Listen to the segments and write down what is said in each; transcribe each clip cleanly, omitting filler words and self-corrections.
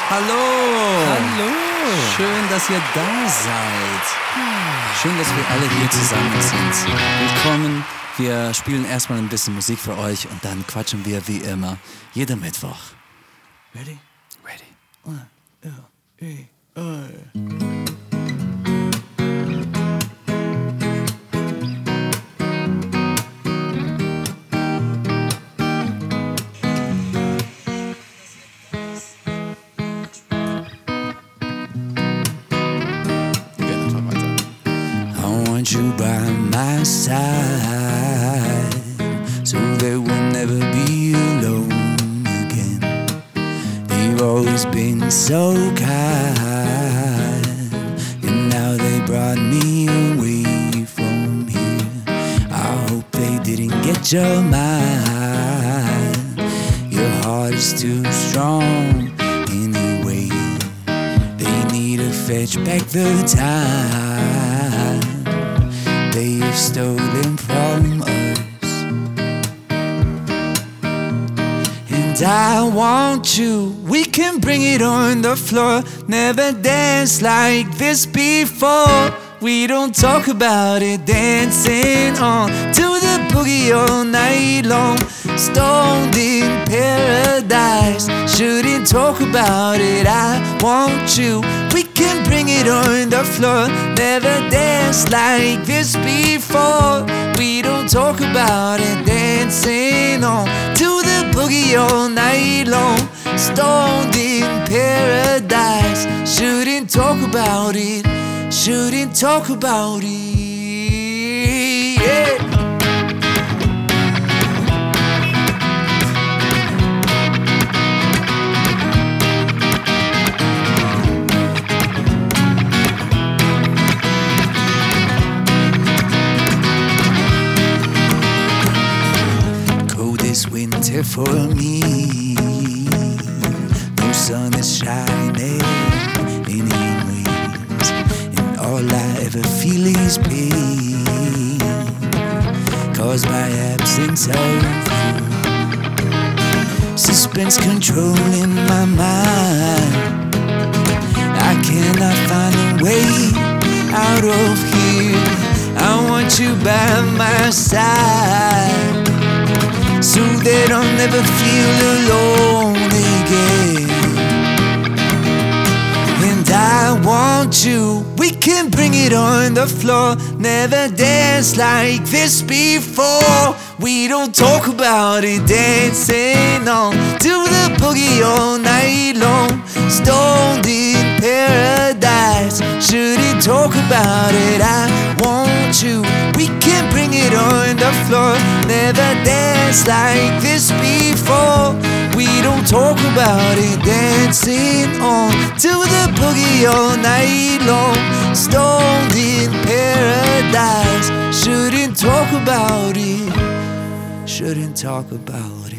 Hallo! Hallo! Schön, dass ihr da seid. Schön, dass wir alle hier zusammen sind. Willkommen. Wir spielen erstmal ein bisschen Musik für euch und dann quatschen wir wie immer. Jeden Mittwoch. Ready? Ready. 1, 2, 3. You by my side, so there will never be alone again. They've always been so kind, and now they brought me away from here. I hope they didn't get your mind. Your heart is too strong anyway. They need to fetch back the time they've stolen from us. And I want you, we can bring it on the floor. Never danced like this before. We don't talk about it, dancing on to the boogie all night long. Stoned in paradise, shouldn't talk about it. I want you, we can bring it on the floor. Never danced like this before. We don't talk about it, dancing on to the boogie all night long. Stoned in paradise, shouldn't talk about it. Shouldn't talk about it. Yeah. Coldest winter for me. No sun is shining anyway. All I ever feel is pain, caused by absence of you. Suspense controlling my mind. I cannot find a way out of here. I want you by my side, so that I'll never feel alone again. And I want you, we can bring it on the floor. Never danced like this before. We don't talk about it, dancing on to the boogie all night long. Stoned in paradise, shouldn't talk about it. I want you, we can bring it on the floor. Never danced like this before. We don't talk about it, dancing on to the boogie all night long. Stoned in paradise, shouldn't talk about it. Shouldn't talk about it.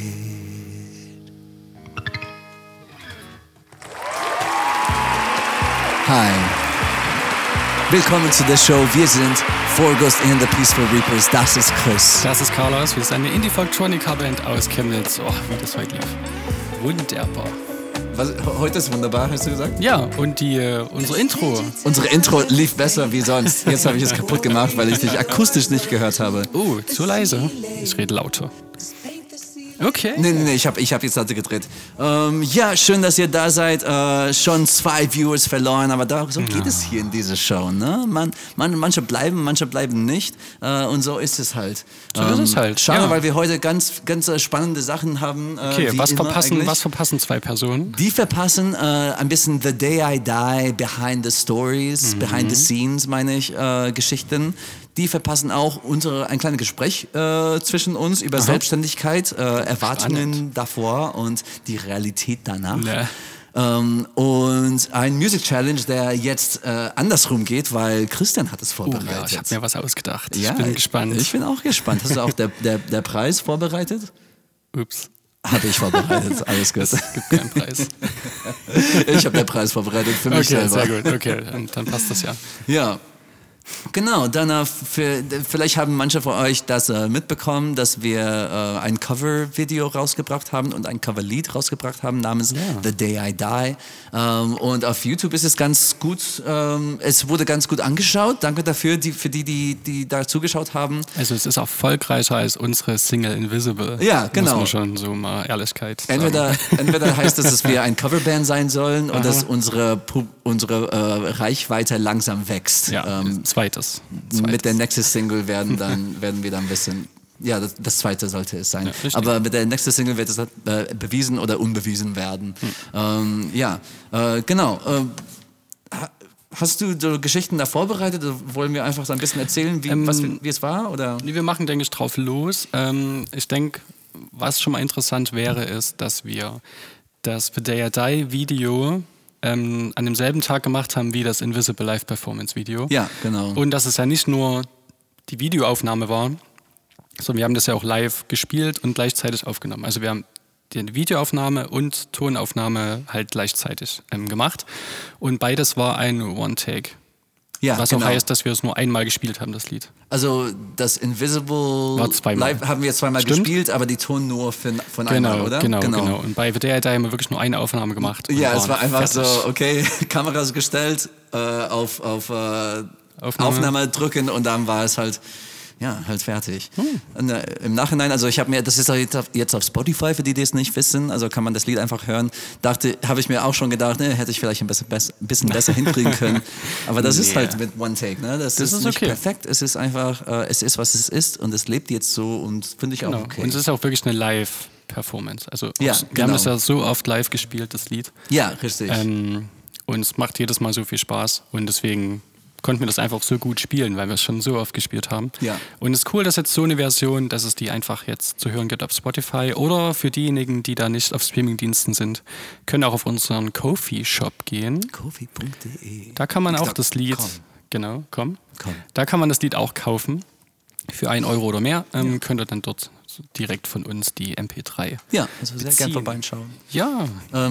Hi. Willkommen zu der Show. Wir sind Four Ghost and the Peaceful Reapers. Das ist Chris. Das ist Carlos. Wir sind eine Indie-Folk-Tronica-Band aus Chemnitz. Oh, wie das heute lief. Wunderbar. Was, heute ist wunderbar, hast du gesagt? Ja, und unsere Intro. Unsere Intro lief besser wie sonst. Jetzt habe ich es kaputt gemacht, weil ich dich akustisch nicht gehört habe. Zu leise. Ich rede lauter. Okay. Nee, ich hab jetzt Seite gedreht. Ja, schön, dass ihr da seid. Schon 2 Viewers verloren, aber so geht es hier in dieser Show. Ne? Manche bleiben, manche bleiben nicht. Und so ist es halt. So ist es halt. Schade, weil wir heute ganz spannende Sachen haben. Okay, was verpassen 2 Personen? Die verpassen ein bisschen The Day I Die, Behind the Stories, Behind the Scenes, meine ich, Geschichten. Die verpassen auch ein kleines Gespräch zwischen uns über Selbstständigkeit, Erwartungen davor und die Realität danach. Nee. Und ein Music Challenge, der jetzt andersrum geht, weil Christian hat es vorbereitet. Ja, ich habe mir was ausgedacht. Ja, ich bin gespannt. Ich bin auch gespannt. Hast du auch der Preis vorbereitet? Ups. Habe ich vorbereitet, alles gut. Es gibt keinen Preis. Ich habe den Preis vorbereitet für mich selber. Okay, sehr gut. Okay, dann passt das ja. Ja. Genau, dann vielleicht haben manche von euch das mitbekommen, dass wir ein Cover-Video rausgebracht haben und ein Coverlied rausgebracht haben namens The Day I Die. Und auf YouTube ist es ganz gut, es wurde ganz gut angeschaut. Danke dafür, für die da zugeschaut haben. Also es ist erfolgreicher als unsere Single Invisible. Ja, genau. Muss man schon so mal Ehrlichkeit sagen. Entweder heißt es, dass wir ein Coverband sein sollen und dass unsere Reichweite langsam wächst. Ja, zweites. Mit der nächsten Single werden wir dann ein bisschen, ja, das zweite sollte es sein. Ja, aber mit der nächsten Single wird es bewiesen oder unbewiesen werden. Genau. Hast du so Geschichten da vorbereitet? Oder wollen wir einfach so ein bisschen erzählen, wie es war? Oder? Nee, wir machen, denke ich, drauf los. Ich denke, was schon mal interessant wäre, ist, dass wir das The Day I Die Video an demselben Tag gemacht haben wie das Invisible Live Performance Video. Ja, genau. Und dass es ja nicht nur die Videoaufnahme war, sondern wir haben das ja auch live gespielt und gleichzeitig aufgenommen. Also wir haben die Videoaufnahme und Tonaufnahme halt gleichzeitig gemacht. Und beides war ein One-Take. Ja, was auch heißt, dass wir es nur einmal gespielt haben, das Lied. Also das Invisible Live haben wir zweimal gespielt, aber die Ton nur von einmal, oder? Genau. Und bei The Day I Die haben wir wirklich nur eine Aufnahme gemacht. Ja, es war einfach fertig. So, okay, Kameras gestellt, auf Aufnahme drücken und dann war es halt fertig. Und, im Nachhinein, also das ist jetzt auf Spotify, für die es nicht wissen, also kann man das Lied einfach hören. Habe ich mir auch schon gedacht, hätte ich vielleicht ein bisschen besser hinkriegen können. Aber das ist halt mit One Take, ne? Das ist nicht perfekt. Es ist einfach, es ist, was es ist und es lebt jetzt so und finde ich auch okay. Und es ist auch wirklich eine Live-Performance. Also wir haben das ja so oft live gespielt, das Lied. Ja, richtig. Und es macht jedes Mal so viel Spaß und deswegen konnten wir das einfach so gut spielen, weil wir es schon so oft gespielt haben. Ja. Und es ist cool, dass jetzt so eine Version, dass es die einfach jetzt zu hören gibt auf Spotify oder für diejenigen, die da nicht auf Streamingdiensten sind, können auch auf unseren Ko-fi-Shop gehen. Ko-fi.de. Da kann man auch das Lied, komm. Da kann man das Lied auch kaufen. Für 1 Euro oder mehr könnt ihr dann dort direkt von uns die MP3 also sehr gerne vorbeischauen. Ja.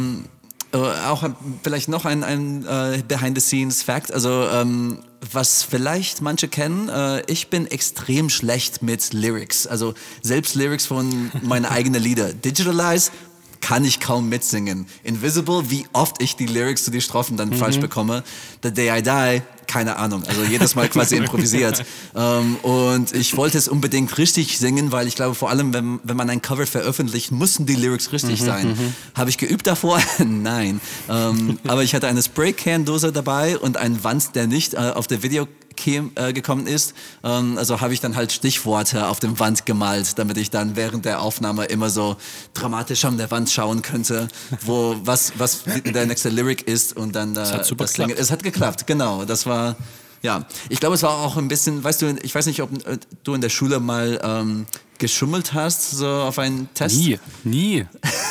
Auch vielleicht noch ein Behind-the-Scenes-Fact, also was vielleicht manche kennen, ich bin extrem schlecht mit Lyrics, also selbst Lyrics von meinen eigenen Lieder. Digitalize kann ich kaum mitsingen. Invisible, wie oft ich die Lyrics zu den Strophen dann falsch bekomme. The Day I Die, keine Ahnung. Also jedes Mal quasi improvisiert. Und ich wollte es unbedingt richtig singen, weil ich glaube, vor allem, wenn man ein Cover veröffentlicht, müssen die Lyrics richtig sein. Habe ich geübt davor? Nein. Aber ich hatte eine Spraycan-Dose dabei und einen Wand, der nicht auf der Videocam gekommen ist. Also habe ich dann halt Stichworte auf dem Wand gemalt, damit ich dann während der Aufnahme immer so dramatisch an der Wand schauen könnte, was der nächste Lyric ist und dann das hat super geklappt. Es hat geklappt, genau. Das war, ja. Ich glaube, es war auch ein bisschen, weißt du, ich weiß nicht, ob du in der Schule mal geschummelt hast, so auf einen Test? Nie.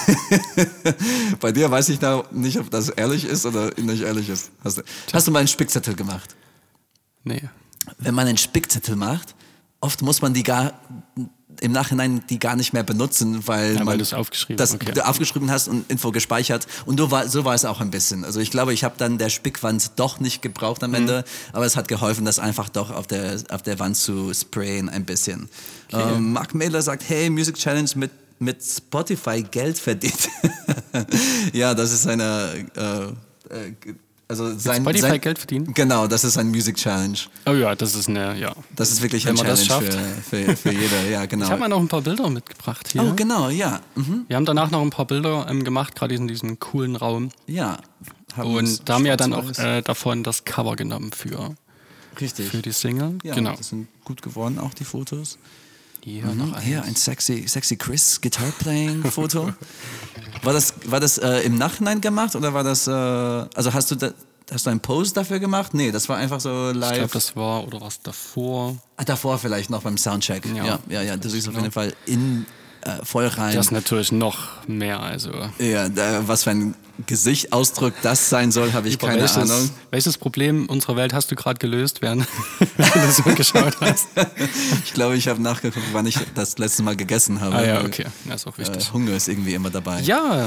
Bei dir weiß ich nicht, ob das ehrlich ist oder nicht ehrlich ist. Hast du mal einen Spickzettel gemacht? Nee. Wenn man einen Spickzettel macht, oft muss man im Nachhinein die gar nicht mehr benutzen, weil du du aufgeschrieben hast und Info gespeichert. Und so war es auch ein bisschen. Also ich glaube, ich habe dann der Spickwand doch nicht gebraucht am Ende, aber es hat geholfen, das einfach doch auf der Wand zu sprayen ein bisschen. Okay. Mark Mailer sagt, hey, Music Challenge mit Spotify Geld verdient. Ja, das ist eine... Spotify Geld verdienen? Genau, das ist ein Music Challenge. Oh ja, das ist Das ist wirklich ein Challenge für jeder, ja, genau. Ich habe mal noch ein paar Bilder mitgebracht hier. Oh, genau, ja. Wir haben danach noch ein paar Bilder gemacht, gerade in diesem coolen Raum. Ja. Und da haben wir dann auch davon das Cover genommen für die Single. Ja, genau. Das sind gut geworden, auch die Fotos. Hier noch eins. Hier ein sexy Chris Guitar Playing Foto. War das im Nachhinein gemacht oder war das also hast du einen Pose dafür gemacht? Nee, das war einfach so live. Ich glaube, das war oder was davor? Davor vielleicht noch beim Soundcheck. Ja, du siehst auf jeden Fall voll rein. Das ist natürlich noch mehr, also. Ja, was für ein Gesichtsausdruck das sein soll, habe ich keine Ahnung. Welches Problem unserer Welt hast du gerade gelöst, während du so geschaut hast? Ich glaube, ich habe nachgeguckt, wann ich das letzte Mal gegessen habe. Ah ja, okay. Das ist auch wichtig. Hunger ist irgendwie immer dabei. Ja,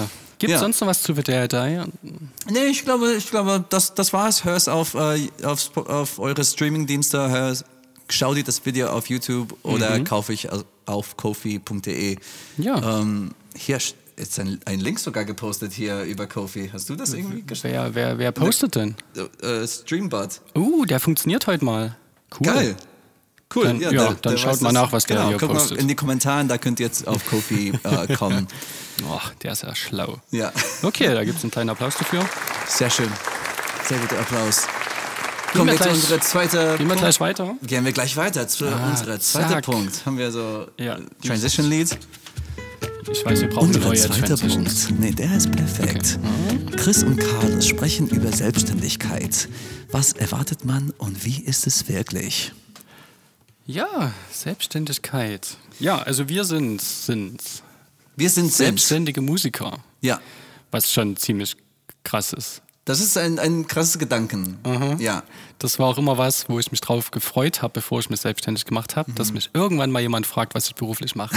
Gibt es sonst noch was zu The Day I Die? Nee, ich glaube, das war's. Hör es auf eure Streaming-Dienste, schau dir das Video auf YouTube oder kaufe ich auf kofi.de. Ja. Hier ist ein Link sogar gepostet hier über Kofi. Hast du das irgendwie geschrieben? Wer postet denn? Streambot. Der funktioniert heute mal. Cool. Geil. Cool. Dann, dann schaut mal nach, was der hier postet. Mal in die Kommentare, da könnt ihr jetzt auf Kofi kommen. Der ist ja schlau. Ja. Okay, da gibt es einen kleinen Applaus dafür. Sehr schön. Sehr guter Applaus. Kommen wir zu unserer zweiten. Gehen wir gleich weiter? Gehen wir gleich weiter zu unserer zweiten Punkt. Haben wir so Transition Lead? Ich weiß, wir brauchen eine neue Transition. Punkt. Nee, der ist perfekt. Okay. Chris und Carlos sprechen über Selbstständigkeit. Was erwartet man und wie ist es wirklich? Ja, Selbstständigkeit. Ja, also wir sind selbstständige Musiker. Ja. Was schon ziemlich krass ist. Das ist ein krasses Gedanken. Ja. Das war auch immer was, wo ich mich drauf gefreut habe, bevor ich mich selbstständig gemacht habe, dass mich irgendwann mal jemand fragt, was ich beruflich mache.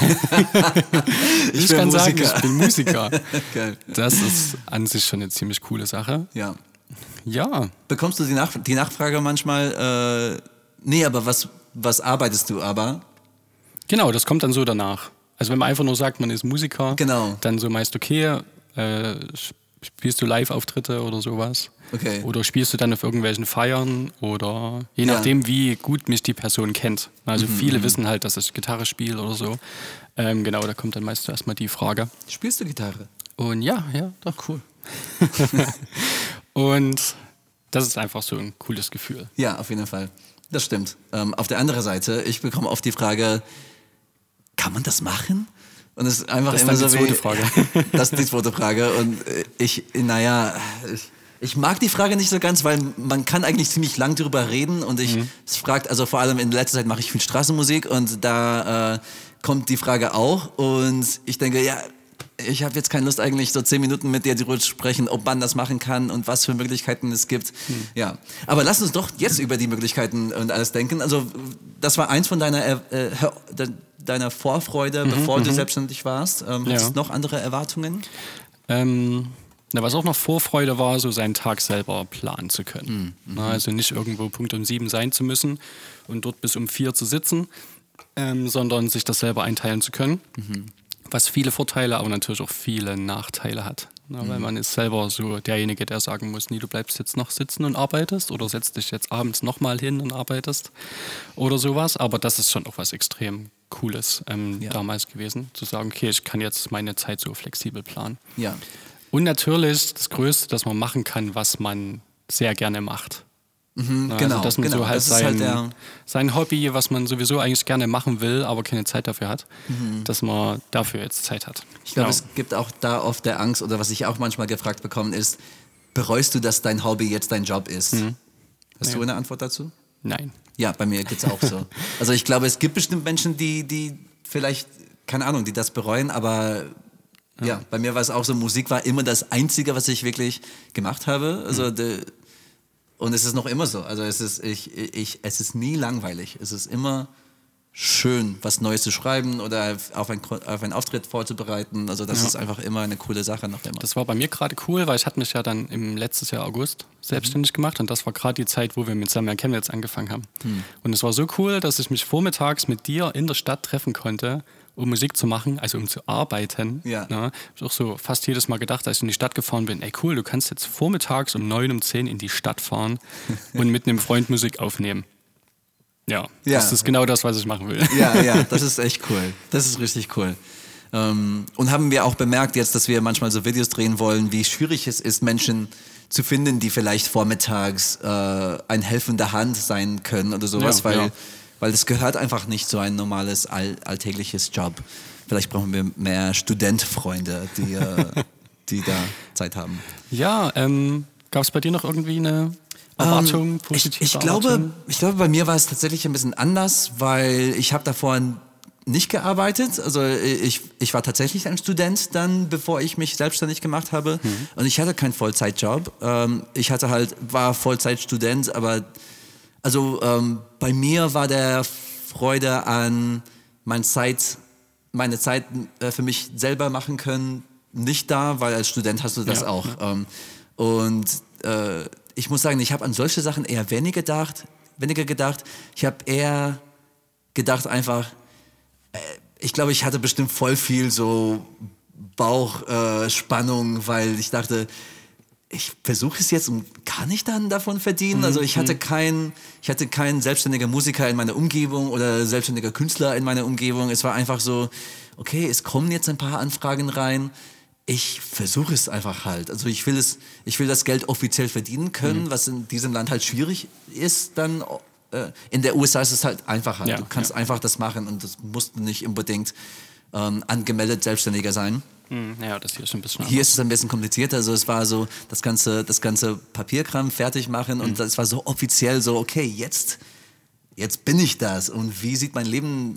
Ich kann sagen, ich bin Musiker. Geil. Das ist an sich schon eine ziemlich coole Sache. Ja. Ja. Bekommst du die Nachfrage manchmal, nee, aber was arbeitest du aber? Genau, das kommt dann so danach. Also wenn man einfach nur sagt, man ist Musiker, genau. Dann so meist okay, spielst du Live-Auftritte oder sowas? Okay. Oder spielst du dann auf irgendwelchen Feiern oder je nachdem, wie gut mich die Person kennt. Also viele wissen halt, dass ich Gitarre spiele oder so. Genau, da kommt dann meist erstmal die Frage. Spielst du Gitarre? Und ja, doch. Cool. Und das ist einfach so ein cooles Gefühl. Ja, auf jeden Fall. Das stimmt. Auf der anderen Seite, ich bekomme oft die Frage, kann man das machen? Und es ist einfach das immer ist so die zweite Frage. Das ist die zweite Frage. Und ich mag die Frage nicht so ganz, weil man kann eigentlich ziemlich lang drüber reden und es fragt, also vor allem in letzter Zeit mache ich viel Straßenmusik und da kommt die Frage auch und ich denke, ja, ich habe jetzt keine Lust eigentlich so 10 Minuten mit dir darüber zu sprechen, ob man das machen kann und was für Möglichkeiten es gibt. Ja, aber lass uns doch jetzt über die Möglichkeiten und alles denken. Also das war eins von deiner Vorfreude, bevor du selbstständig warst. Hast du noch andere Erwartungen? Was auch noch Vorfreude war, so seinen Tag selber planen zu können. Also nicht irgendwo Punkt um 7 sein zu müssen und dort bis um 4 zu sitzen, sondern sich das selber einteilen zu können. Was viele Vorteile, aber natürlich auch viele Nachteile hat. Weil man ist selber so derjenige, der sagen muss, nee, du bleibst jetzt noch sitzen und arbeitest oder setzt dich jetzt abends nochmal hin und arbeitest oder sowas. Aber das ist schon auch was extrem Cooles damals gewesen, zu sagen, okay, ich kann jetzt meine Zeit so flexibel planen. Ja. Und natürlich das Größte, dass man machen kann, was man sehr gerne macht. Genau, also, dass man so halt das sein Hobby, was man sowieso eigentlich gerne machen will, aber keine Zeit dafür hat, dass man dafür jetzt Zeit hat. Ich glaube, es gibt auch da oft der Angst, oder was ich auch manchmal gefragt bekomme, ist, bereust du, dass dein Hobby jetzt dein Job ist? Hast du eine Antwort dazu? Nein. Ja, bei mir geht's auch so. Also ich glaube, es gibt bestimmt Menschen, die vielleicht, keine Ahnung, die das bereuen, aber ja, bei mir war es auch so, Musik war immer das Einzige, was ich wirklich gemacht habe. Also und es ist noch immer so. Also es ist nie langweilig. Es ist immer schön, was Neues zu schreiben oder auf einen Auftritt vorzubereiten. Also das ist einfach immer eine coole Sache noch immer. Das war bei mir gerade cool, weil ich hatte mich ja dann im letztes Jahr August selbstständig gemacht und das war gerade die Zeit, wo wir mit Summer Chemnitz angefangen haben. Und es war so cool, dass ich mich vormittags mit dir in der Stadt treffen konnte, um Musik zu machen, also um zu arbeiten. Ja. Ne? Ich habe auch so fast jedes Mal gedacht, als ich in die Stadt gefahren bin, ey cool, du kannst jetzt vormittags um 9, um 10 in die Stadt fahren und mit einem Freund Musik aufnehmen. Ja, das ist genau das, was ich machen will. Ja, das ist echt cool. Das ist richtig cool. Und haben wir auch bemerkt jetzt, dass wir manchmal so Videos drehen wollen, wie schwierig es ist, Menschen zu finden, die vielleicht vormittags eine helfende Hand sein können oder sowas, weil das gehört einfach nicht so ein normales, alltägliches Job. Vielleicht brauchen wir mehr Studentfreunde, die da Zeit haben. Ja, gab es bei dir noch irgendwie eine Erwartung, positive Erwartung? Ich glaube, bei mir war es tatsächlich ein bisschen anders, weil ich habe davor nicht gearbeitet. Also ich war tatsächlich ein Student dann, bevor ich mich selbstständig gemacht habe. Und ich hatte keinen Vollzeitjob. Ich war Vollzeitstudent, aber bei mir war der Freude an meine Zeit für mich selber machen können nicht da, weil als Student hast du das auch. Und ich muss sagen, ich habe an solche Sachen eher weniger gedacht. Ich habe eher gedacht einfach, ich glaube, ich hatte bestimmt voll viel so Bauchspannung, weil ich dachte, ich versuche es jetzt und kann ich dann davon verdienen? Also ich hatte keinen selbstständiger Musiker in meiner Umgebung oder selbstständiger Künstler in meiner Umgebung. Es war einfach so, okay, es kommen jetzt ein paar Anfragen rein. Ich versuche es einfach halt. Also ich will das Geld offiziell verdienen können, was in diesem Land halt schwierig ist. Dann in der USA ist es halt einfacher. Du kannst einfach das machen und das musst nicht unbedingt angemeldet Selbstständiger sein. Ja, das hier ist ein bisschen anders. Hier ist es ein bisschen komplizierter. Also es war so das ganze Papierkram fertig machen und das war so offiziell so, okay, jetzt bin ich das. Und wie sieht mein Leben?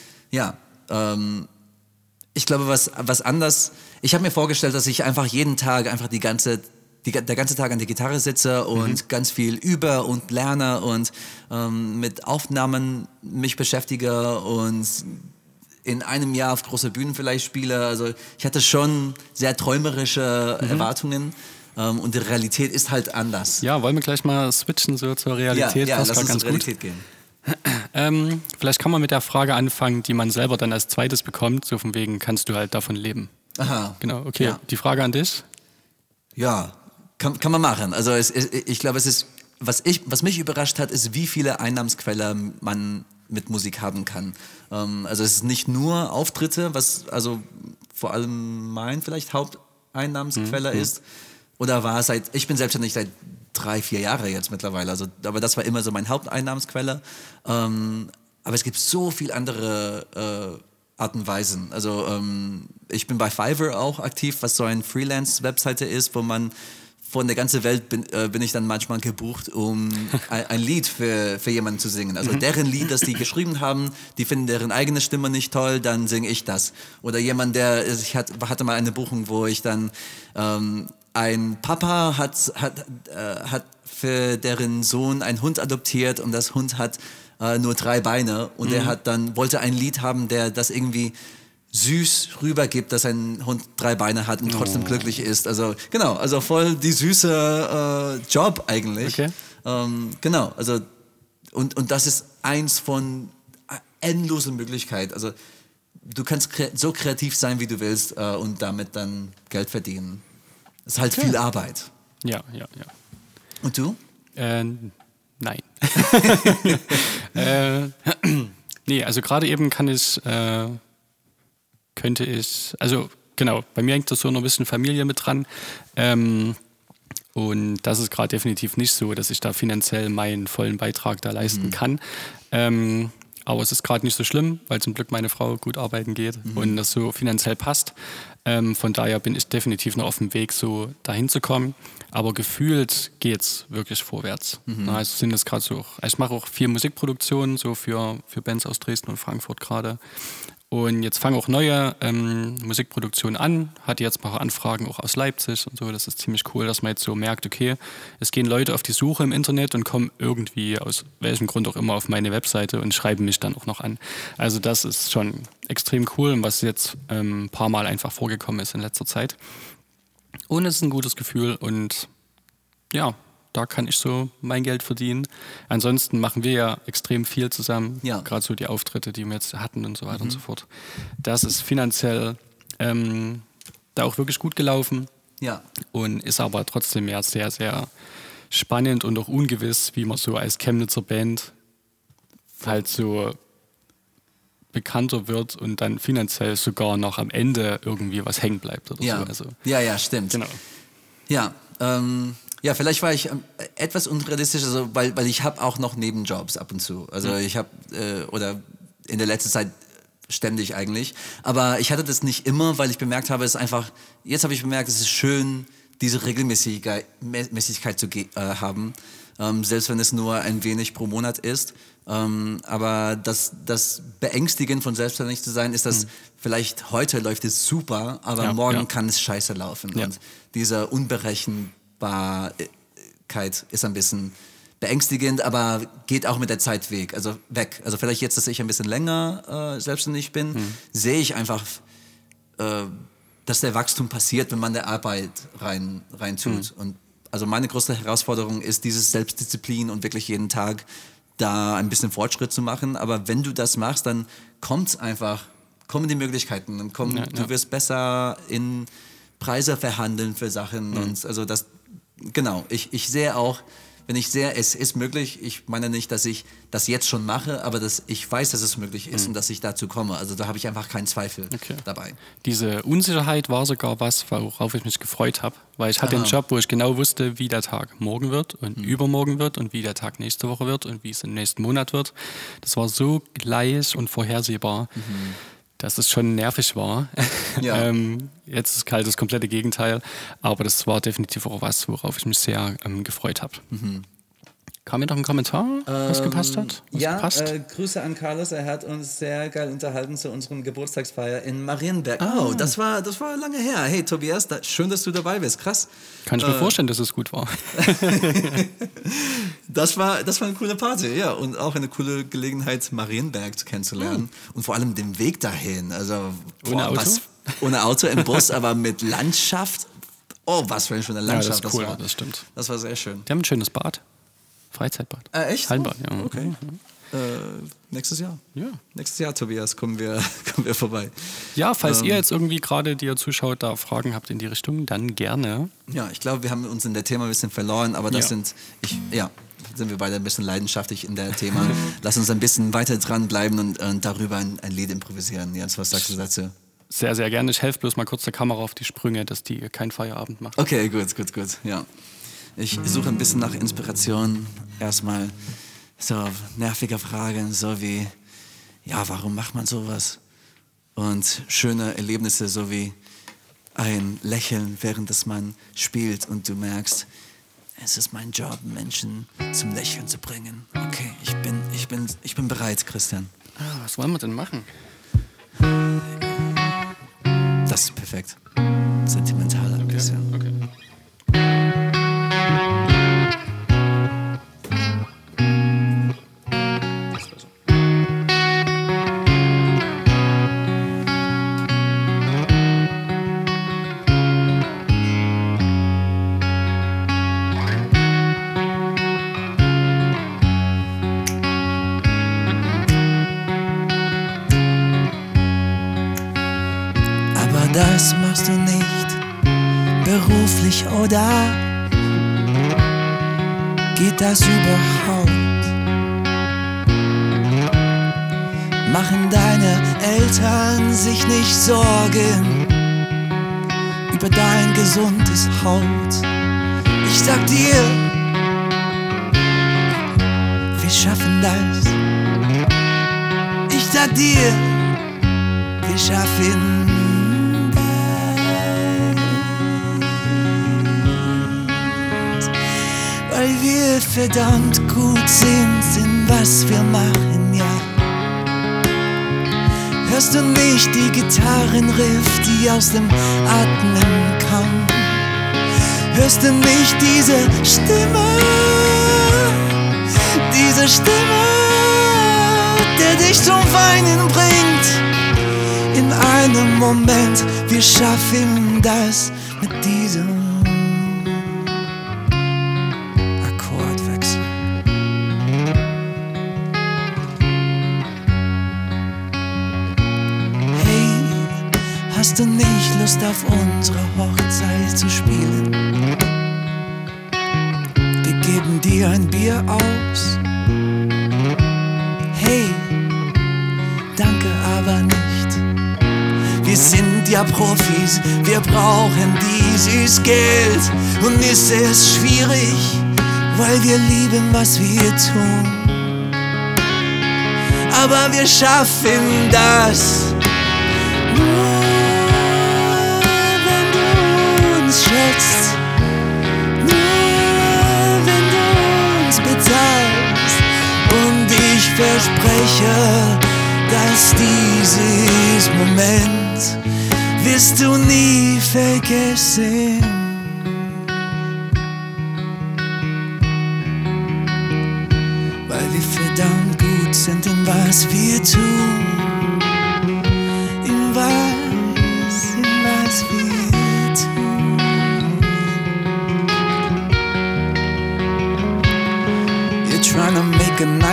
Ich glaube, was anders. Ich habe mir vorgestellt, dass ich einfach jeden Tag einfach der ganze Tag an der Gitarre sitze und ganz viel übe und lerne und mit Aufnahmen mich beschäftige und in einem Jahr auf große Bühnen vielleicht spiele. Also ich hatte schon sehr träumerische Erwartungen und die Realität ist halt anders. Ja, wollen wir gleich mal switchen so zur Realität? Ja, lass uns ganz zur Realität gehen. Vielleicht kann man mit der Frage anfangen, die man selber dann als zweites bekommt, so von wegen, kannst du halt davon leben? Aha. Genau, okay. Ja. Die Frage an dich? Ja, kann man machen. Also ich glaube, was mich überrascht hat, ist, wie viele Einnahmensquellen man mit Musik haben kann. Also es ist nicht nur Auftritte, was also vor allem mein vielleicht Haupteinnahmensquelle ist. Oder war ich bin selbstständig seit 3-4 Jahre jetzt mittlerweile, also, aber das war immer so mein Haupteinnahmensquelle. Aber es gibt so viele andere Arten und Weisen. Also ich bin bei Fiverr auch aktiv, was so eine Freelance-Webseite ist, wo man von der ganzen Welt bin ich dann manchmal gebucht, um ein Lied für jemanden zu singen. Also deren Lied, das die geschrieben haben, die finden deren eigene Stimme nicht toll, dann singe ich das. Oder jemand, ich hatte mal eine Buchung, wo ich dann ein Papa hat für deren Sohn einen Hund adoptiert und das Hund hat nur 3 Beine und er wollte ein Lied haben, der das irgendwie süß rübergibt, dass ein Hund 3 Beine hat und trotzdem glücklich ist. Also genau, also voll die süße Job eigentlich. Okay. Genau, also und das ist eins von endlosen Möglichkeiten. Also du kannst so kreativ sein, wie du willst und damit dann Geld verdienen. Das ist halt viel Arbeit. Ja. Und du? Nein. Nee, also gerade eben also genau, bei mir hängt das so noch ein bisschen Familie mit dran. Und das ist gerade definitiv nicht so, dass ich da finanziell meinen vollen Beitrag da leisten kann. Aber es ist gerade nicht so schlimm, weil zum Glück meine Frau gut arbeiten geht und das so finanziell passt. Von daher bin ich definitiv noch auf dem Weg, so dahin zu kommen. Aber gefühlt geht's wirklich vorwärts. Also sind es gerade so. Ich mache auch viel Musikproduktionen, so für Bands aus Dresden und Frankfurt gerade. Und jetzt fangen auch neue Musikproduktionen an. Hatte jetzt mal Anfragen auch aus Leipzig und so. Das ist ziemlich cool, dass man jetzt so merkt, okay, es gehen Leute auf die Suche im Internet und kommen irgendwie aus welchem Grund auch immer auf meine Webseite und schreiben mich dann auch noch an. Also das ist schon extrem cool, was jetzt ein paar Mal einfach vorgekommen ist in letzter Zeit. Und es ist ein gutes Gefühl und ja, da kann ich so mein Geld verdienen. Ansonsten machen wir ja extrem viel zusammen. Ja. Gerade so die Auftritte, die wir jetzt hatten und so weiter und so fort. Das ist finanziell da auch wirklich gut gelaufen. Ja. Und ist aber trotzdem ja sehr, sehr spannend und auch ungewiss, wie man so als Chemnitzer Band halt so bekannter wird und dann finanziell sogar noch am Ende irgendwie was hängen bleibt oder so. Also, ja, stimmt. Genau. Ja, ja, vielleicht war ich etwas unrealistisch, also weil ich habe auch noch Nebenjobs ab und zu. Also ich habe, oder in der letzten Zeit ständig eigentlich. Aber ich hatte das nicht immer, weil ich bemerkt habe, jetzt habe ich bemerkt, es ist schön, diese Regelmäßigkeit zu haben. Selbst wenn es nur ein wenig pro Monat ist. Aber das Beängstigen von selbstständig zu sein, ist, dass vielleicht heute läuft es super, aber morgen kann es scheiße laufen. Ja. Und diese Unberechenbarkeit ist ein bisschen beängstigend, aber geht auch mit der Zeit weg. Also vielleicht jetzt, dass ich ein bisschen länger selbstständig bin, sehe ich einfach dass der Wachstum passiert, wenn man der Arbeit rein tut. Und also meine größte Herausforderung ist dieses Selbstdisziplin und wirklich jeden Tag da ein bisschen Fortschritt zu machen. Aber wenn du das machst, dann kommen die Möglichkeiten. Dann du wirst besser in Preise verhandeln für Sachen. Und also das, genau, ich sehe auch, wenn ich sehe, es ist möglich, ich meine nicht, dass ich das jetzt schon mache, aber dass ich weiß, dass es möglich ist und dass ich dazu komme. Also da habe ich einfach keinen Zweifel dabei. Diese Unsicherheit war sogar was, worauf ich mich gefreut habe, weil ich hatte einen Job, wo ich genau wusste, wie der Tag morgen wird und übermorgen wird und wie der Tag nächste Woche wird und wie es im nächsten Monat wird. Das war so gleich und vorhersehbar, dass es schon nervig war. Ja. Jetzt ist halt das komplette Gegenteil, aber das war definitiv auch was, worauf ich mich sehr gefreut habe. Kam mir noch ein Kommentar, was gepasst hat? Grüße an Carlos, er hat uns sehr geil unterhalten zu unserem Geburtstagsfeier in Marienberg. Oh, das war lange her. Hey Tobias, schön, dass du dabei bist, krass. Kann ich mir vorstellen, dass es gut war. Das war eine coole Party, ja, und auch eine coole Gelegenheit, Marienberg kennenzulernen und vor allem den Weg dahin. Also ohne Auto? Ohne Auto im Bus, aber mit Landschaft. Oh, was für eine schöne Landschaft das ist cool, das stimmt. Das war sehr schön. Die haben ein schönes Bad. Freizeitbad. Echt? Hallenbad, ja. Okay. Nächstes Jahr. Ja. Nächstes Jahr, Tobias, kommen wir vorbei. Ja, falls ihr jetzt irgendwie gerade, die ihr zuschaut, da Fragen habt in die Richtung, dann gerne. Ja, ich glaube, wir haben uns in der Thema ein bisschen verloren, aber das sind wir beide ein bisschen leidenschaftlich in der Thema. Lass uns ein bisschen weiter dranbleiben und darüber ein Lied improvisieren. Jens, was sagst du dazu? Sehr, sehr gerne. Ich helfe bloß mal kurz der Kamera auf die Sprünge, dass die keinen Feierabend macht. Okay, gut. Ja. Ich suche ein bisschen nach Inspiration. Erstmal so nervige Fragen, so wie, warum macht man sowas? Und schöne Erlebnisse, so wie ein Lächeln, während das man spielt und du merkst, es ist mein Job, Menschen zum Lächeln zu bringen. Okay, ich bin bereit, Christian. Was wollen wir denn machen? Das ist perfekt. Sentimentaler ein bisschen. Okay. Das machst du nicht beruflich, oder geht das überhaupt? Machen deine Eltern sich nicht Sorgen über dein gesundes Haut? Ich sag dir, wir schaffen das. Ich sag dir, wir schaffen das. Weil wir verdammt gut sind in was wir machen, ja. Hörst du nicht die Gitarrenriff, die aus dem Atmen kommen? Hörst du nicht diese Stimme, der dich zum Weinen bringt? In einem Moment, wir schaffen das mit diesem Akkordwechsel. Hey, hast du nicht Lust auf unsere Hochzeit zu spielen? Wir geben dir ein Bier aus. Hey, danke, aber nicht. Wir sind ja Profis, wir brauchen dieses Geld. Und ist es schwierig, weil wir lieben, was wir tun. Aber wir schaffen das. Nur wenn du uns schätzt, nur wenn du uns bezahlst. Und ich verspreche, dass dieses Moment wirst du nie vergessen. Weil wir verdammt gut sind in was wir tun. In was wir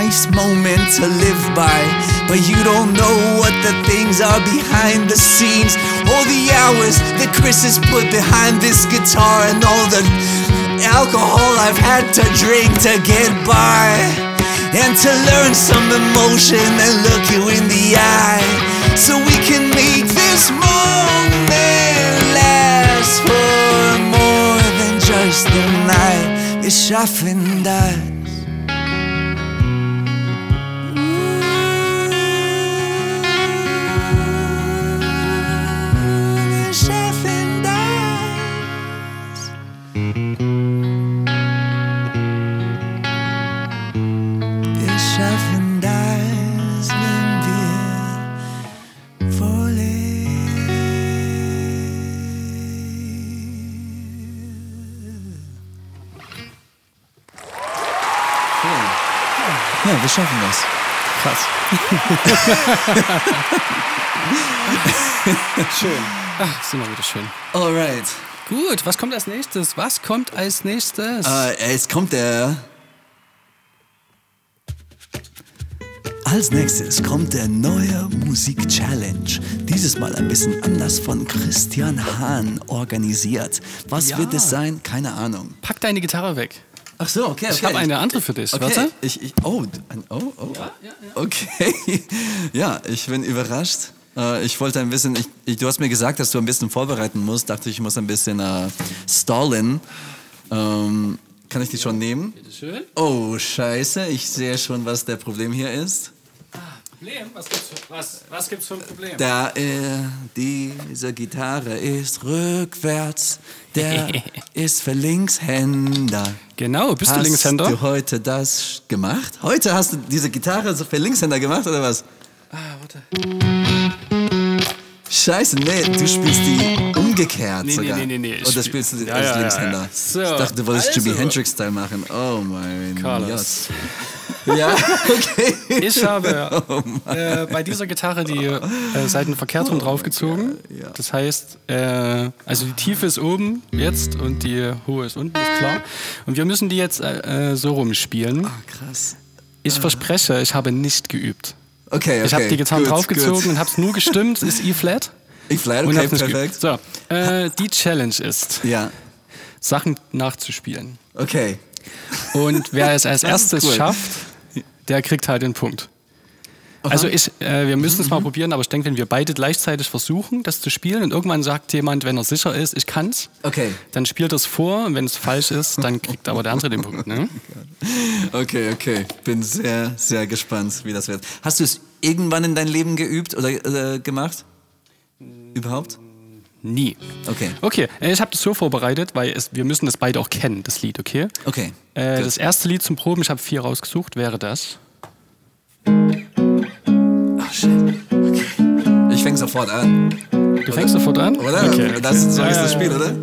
nice moment to live by, but you don't know what the things are behind the scenes. All the hours that Chris has put behind this guitar, and all the alcohol I've had to drink to get by, and to learn some emotion and look you in the eye, so we can make this moment last for more than just a night. Wir schaffen das. Wir schaffen das. Wir schaffen das, wenn wir wollen. Ja, wir schaffen das. Krass. Schön. Ach, ist immer wieder schön. Alright. Gut, was kommt als nächstes? Was kommt als nächstes? Es kommt der... Als nächstes kommt der neue Musik-Challenge. Dieses Mal ein bisschen anders von Christian Hahn organisiert. Was wird es sein? Keine Ahnung. Pack deine Gitarre weg. Ach so, okay. Ich habe eine andere für dich. Okay. Warte. Oh. Ja. Okay. Ja, ich bin überrascht. Ich wollte ein bisschen, du hast mir gesagt, dass du ein bisschen vorbereiten musst. Dachte ich muss ein bisschen stallen. Kann ich die schon nehmen? Bitteschön. Oh, scheiße. Ich sehe schon, was der Problem hier ist. Problem? Was gibt's für ein Problem? Diese Gitarre ist rückwärts. Der ist für Linkshänder. Genau, bist du Linkshänder? Hast du heute das gemacht? Heute hast du diese Gitarre für Linkshänder gemacht, oder was? Warte. Scheiße, nee, du spielst die umgekehrt sogar. Nee. Oder spielst du die als Linkshänder? Ja. So, ich dachte, du wolltest also. Jimi Hendrix-Style machen. Oh mein Carlos. Gott. Ja, okay. Ich habe bei dieser Gitarre die Saiten verkehrt rum draufgezogen. Ja. Das heißt, also die Tiefe ist oben jetzt und die hohe ist unten, ist klar. Und wir müssen die jetzt so rumspielen. Krass. Ich verspreche, ich habe nicht geübt. Okay. Ich habe die Gitarren gut, draufgezogen gut. und habe es nur gestimmt, ist E-Flat. E-Flat, Und okay, hab's nicht perfekt. geübt. So, die Challenge ist, Ja, Sachen nachzuspielen. okay. Und wer es als Das ist erstes cool. schafft, der kriegt halt den Punkt. Also wir müssen es mal probieren, aber ich denke, wenn wir beide gleichzeitig versuchen, das zu spielen und irgendwann sagt jemand, wenn er sicher ist, ich kann's, Okay. dann spielt er es vor und wenn es falsch ist, dann kriegt aber der andere den Punkt. Ne? Okay. Bin sehr, sehr gespannt, wie das wird. Hast du es irgendwann in deinem Leben geübt oder gemacht? Überhaupt? Nie. Okay. Okay, ich habe das so vorbereitet, weil wir müssen das beide auch kennen, das Lied, okay? Okay. Das erste Lied zum Proben, ich habe 4 rausgesucht, wäre das. Ach, shit. Okay. Ich fange sofort an. Du fängst sofort an? Oder? Okay. So ist das Spiel, oder?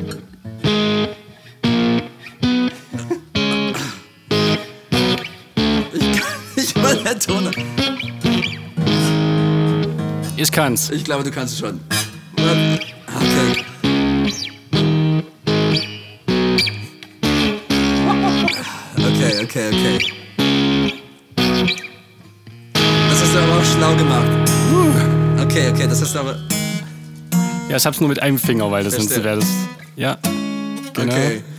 Ich war der Ton. Ich kann's. Ich glaube, du kannst es schon. Okay. Okay. Das hast du aber auch schlau gemacht. Okay, das hast du aber... Ja, ich hab's nur mit einem Finger, weil das sonst Verstehe. wäre das. Ja. Genau.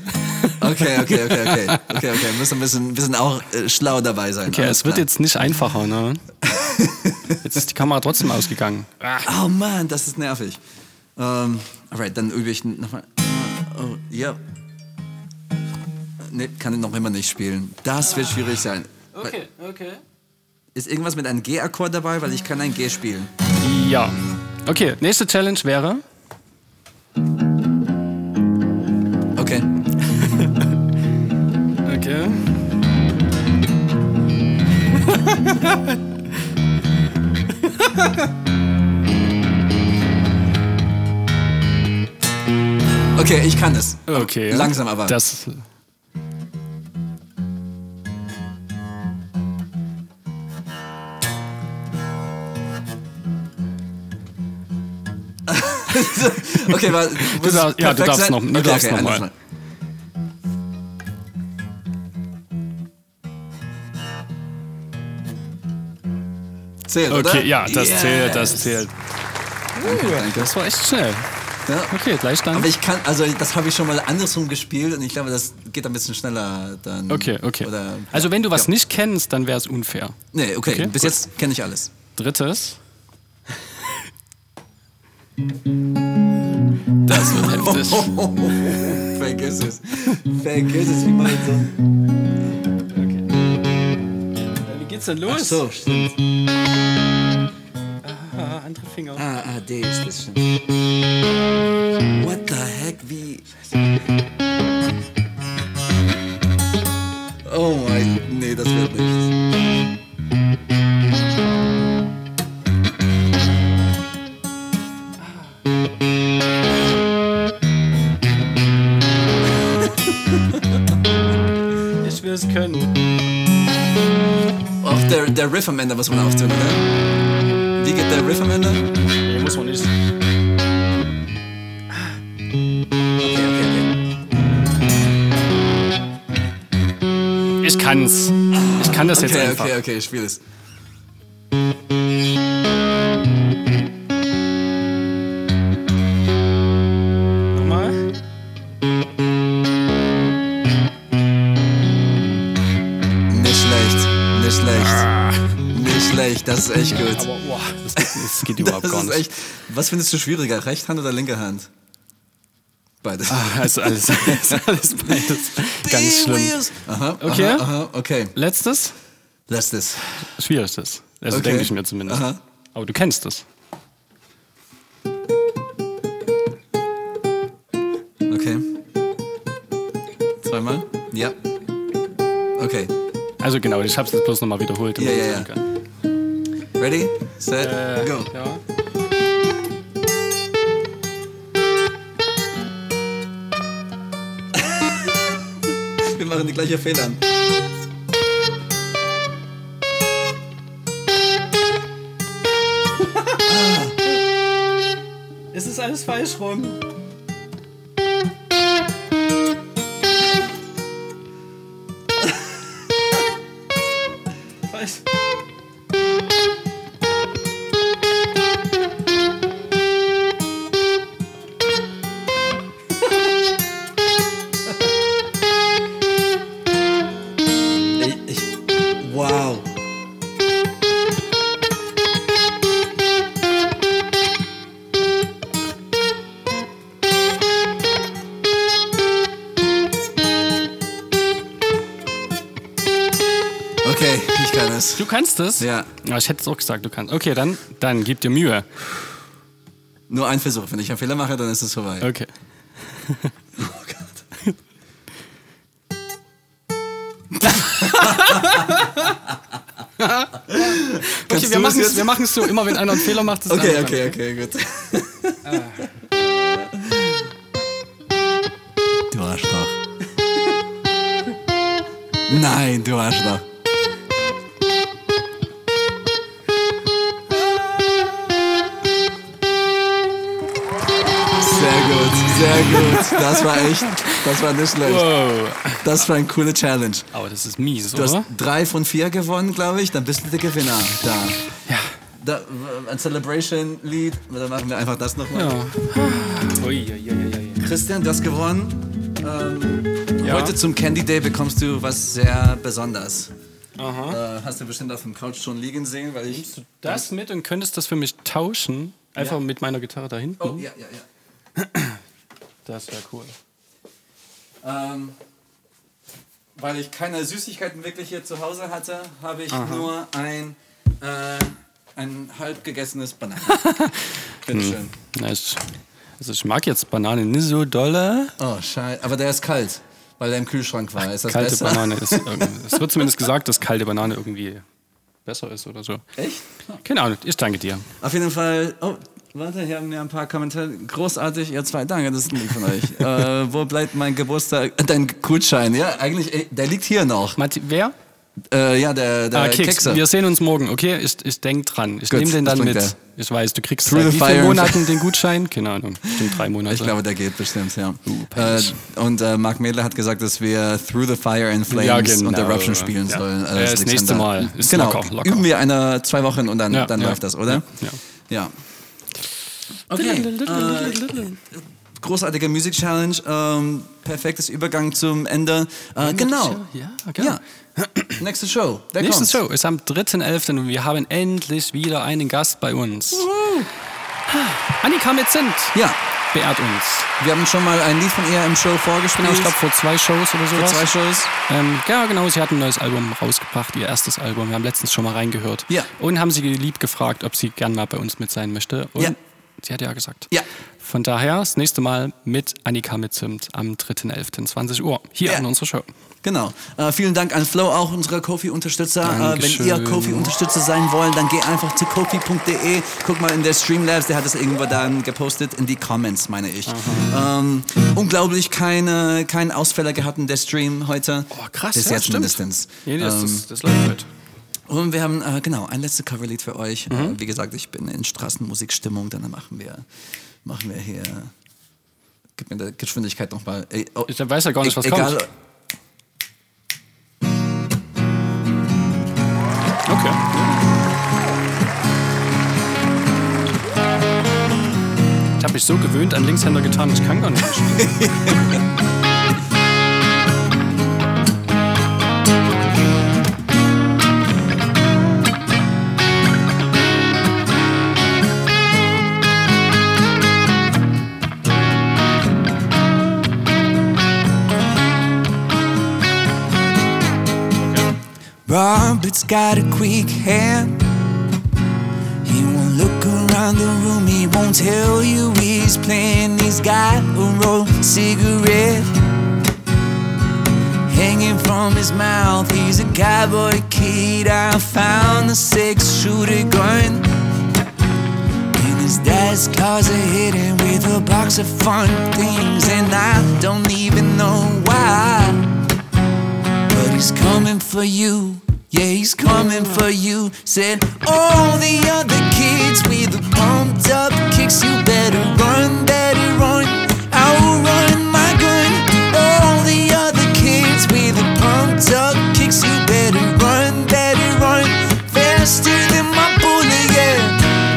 Okay. Müssen ein bisschen auch schlau dabei sein. Okay, Alles es wird klar. jetzt nicht einfacher, ne? Jetzt ist die Kamera trotzdem ausgegangen. Oh Mann, das ist nervig. Alright, dann übe ich nochmal. Oh, ja. Nee, kann ich noch immer nicht spielen. Das wird schwierig sein. Okay. Ist irgendwas mit einem G-Akkord dabei? Weil ich kann ein G spielen. Ja. Okay, nächste Challenge wäre. Okay. Okay. Okay, ich kann es. Okay. Langsam aber. Das. Okay, warte. Du darfst noch. Du darfst noch alles mal. Zählt, oder? Okay, ja, das zählt, das zählt. Danke. Das war echt schnell. Ja. Okay, gleich dann. Aber ich kann, also das habe ich schon mal andersrum gespielt und ich glaube, das geht ein bisschen schneller dann. Okay. Oder, also wenn du was nicht kennst, dann wäre es unfair. Nee, okay. Bis gut. jetzt kenne ich alles. Drittes. Das wird heftig. Vergiss es. Vergiss es, wie man so. Wie geht's denn los? Ach so, stimmt. Andere Finger. D ist das schon. What the heck, wie... Oh mein... Nee, das wird nichts. Ich will es können. Auch der Riff am Ende muss man auch tun, oder? Wie geht der Riff am Ende? Nee, muss man nicht. Okay. Ich kann's. Ich kann das jetzt einfach. Okay, ich spiele es. Nochmal. Nicht schlecht, das ist echt gut. Aber boah, das geht überhaupt Das gar ist nicht. echt. Was findest du schwieriger, Rechte Hand oder linke Hand? Beides. Also alles beides. Ganz schlimm. Okay. Okay. Letztes? Letztes. Schwierigstes. Also Okay. denke ich mir zumindest. Aha. Aber du kennst es. Okay. Zweimal? Ja. Okay. Also genau, ich hab's jetzt bloß nochmal wiederholt. damit Ja, ich ja, sagen ja. kann. Ready, set, go. Ja. Wir machen die gleiche Fehler. Es ist alles falsch rum. Falsch. Wow. Okay, ich kann es. Du kannst es? Ja. Ja, ich hätte es auch gesagt, du kannst. Okay, dann gib dir Mühe. Nur ein Versuch. Wenn ich einen Fehler mache, dann ist es vorbei. Okay. Oh Gott. Okay, wir machen es so, immer wenn einer einen Fehler macht, ist Okay, der okay, andere okay, gut. Du Arschloch. Nein, du Arschloch. Sehr gut. Das war nicht schlecht. Wow. Das war eine coole Challenge. Aber das ist mies, Du hast oder? 3 von 4 gewonnen, glaube ich. Dann bist du der Gewinner. Ja. Da, ein Celebration-Lied. Dann machen wir einfach das nochmal. Ja. Ui. Christian, du hast gewonnen. Heute zum Candy Day bekommst du was sehr Besonderes. Aha. Hast du bestimmt auf dem Couch schon liegen sehen, weil ich... Nimmst du das mit und könntest das für mich tauschen? Einfach mit meiner Gitarre da hinten? Oh, ja. Das wäre cool. Weil ich keine Süßigkeiten wirklich hier zu Hause hatte, habe ich nur ein halb gegessenes Bananen. Bitteschön. Also ich mag jetzt Bananen nicht so dolle. Oh, scheiße. Aber der ist kalt, weil der im Kühlschrank war. Ist das Kalte besser? Banane ist es wird zumindest gesagt, dass kalte Banane irgendwie besser ist oder so. Echt? Keine Ahnung, ich danke dir. Auf jeden Fall... Oh, warte, hier haben wir ein paar Kommentare. Großartig, ihr zwei, danke, das ist lieb von euch. Wo bleibt mein Geburtstag? Dein Gutschein, ja, eigentlich, der liegt hier noch. Wer? Ja, der Keks. Kekse. Wir sehen uns morgen, okay? Ich denke dran. Ich Gut, nehme den das dann bringt mit. der. Ich weiß, du kriegst Through seit the wie Fire vielen and Monaten den Gutschein? Keine Ahnung, bestimmt 3 Monate. Ich glaube, der geht bestimmt, ja. peinlich. Und Mark Mädler hat gesagt, dass wir Through the Fire and Flames und Eruption spielen sollen. Das nächste Mal. Ist genau, locker. üben wir 2 Wochen und dann läuft das, oder? Ja. Okay. Großartige Music Challenge, perfektes Übergang zum Ende. Genau. Ja. Nächste Show. Nächste Show ist am 3.11. und wir haben endlich wieder einen Gast bei uns. Annika Mitzint. Ja. Beehrt uns. Wir haben schon mal ein Lied von ihr im Show vorgespielt. Genau, ich glaube vor 2 Shows oder sowas. Vor 2 Shows. Ja, genau, sie hat ein neues Album rausgebracht, ihr erstes Album. Wir haben letztens schon mal reingehört. Ja. Und haben sie lieb gefragt, ob sie gern mal bei uns mit sein möchte. Und sie hat ja gesagt. Ja. Von daher das nächste Mal mit Annika Mitzimt am 3.11. 20 Uhr hier in unserer Show. Genau. Vielen Dank an Flo, auch unsere Kofi-Unterstützer. Wenn ihr Kofi-Unterstützer sein wollt, dann geht einfach zu kofi.de. Guck mal in der Streamlabs, der hat es irgendwo dann gepostet, in die Comments, meine ich. Unglaublich kein Ausfäller gehabt in der Stream heute. Oh, krass, bis jetzt mindestens. Nee, das läuft gut. Und wir haben, ein letztes Coverlied für euch. Wie gesagt, ich bin in Straßenmusikstimmung, dann machen wir hier... Gib mir die Geschwindigkeit nochmal. Ich weiß ja gar nicht, was kommt. Okay. Ich habe mich so gewöhnt an Linkshänder getan, ich kann gar nicht mehr spielen. Robert's got a quick hand. He won't look around the room, he won't tell you he's playing. He's got a rolled cigarette hanging from his mouth. He's a cowboy kid. I found the 6-shooter gun in his dad's closet, hidden with a box of fun things, and I don't even know why. But he's coming for you. Yeah, he's coming for you. Said all the other kids with the pumped up kicks, you better run, I'll run my gun. All the other kids with the pumped up kicks, you better run, faster than my bullet, yeah.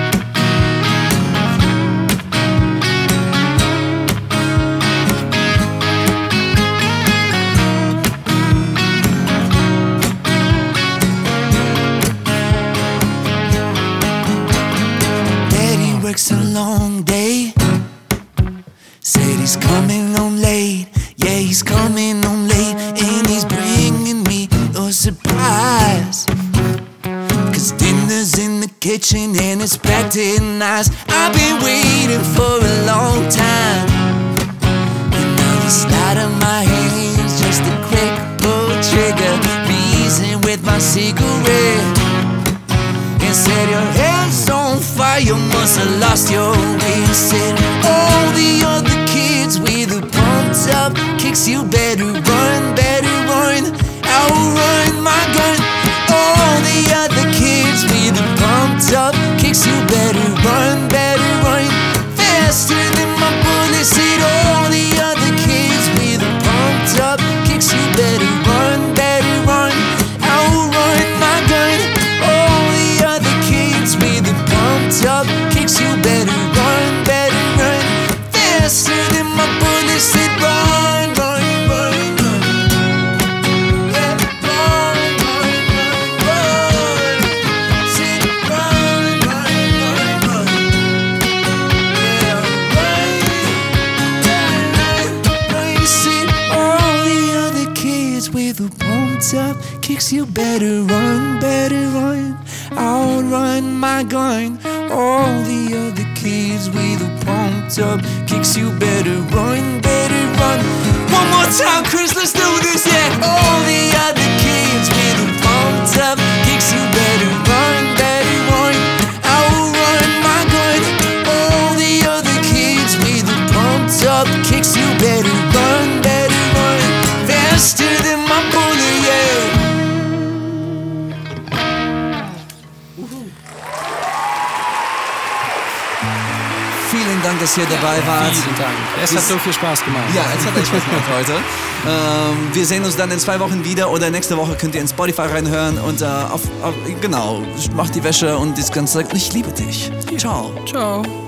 Works a long day. Said he's coming home late. Yeah, he's coming home late, and he's bringing me a surprise. 'Cause dinner's in the kitchen and it's packed in nice. I've been waiting for a long time, and now the sleight of my hands, just a quick pull trigger, reason with my cigarette. Said your head's on fire, must have lost your way. Said all the other kids with the pumped up kicks, you better run, I'll run my gun. All the other kids with the pumped up kicks, you better run, faster than my bullet. Said all the other kids with the pumped up kicks, you better run, I'll run my gun. With the pumped up kicks, you better run, faster than my bullet. Said run, yeah, run. Said run, yeah, run. Said all the other kids with the pumped up kicks, you better run, I'll run my gun. All the other kids with the pumped up kicks, you better run. One more time, Chris, let's do this, yeah. All the other kids with the pumped up kicks, you better run. I'll run my gun. All the other kids with the pumped up kicks, you better run. Faster than my bullet, yeah. Dank, dass ihr dabei wart. Vielen Dank. Es hat so viel Spaß gemacht. Ja, es hat echt Spaß gemacht heute. Wir sehen uns dann in 2 Wochen wieder oder nächste Woche könnt ihr in Spotify reinhören und genau, macht die Wäsche und das Ganze. Ich liebe dich. Ciao. Ciao.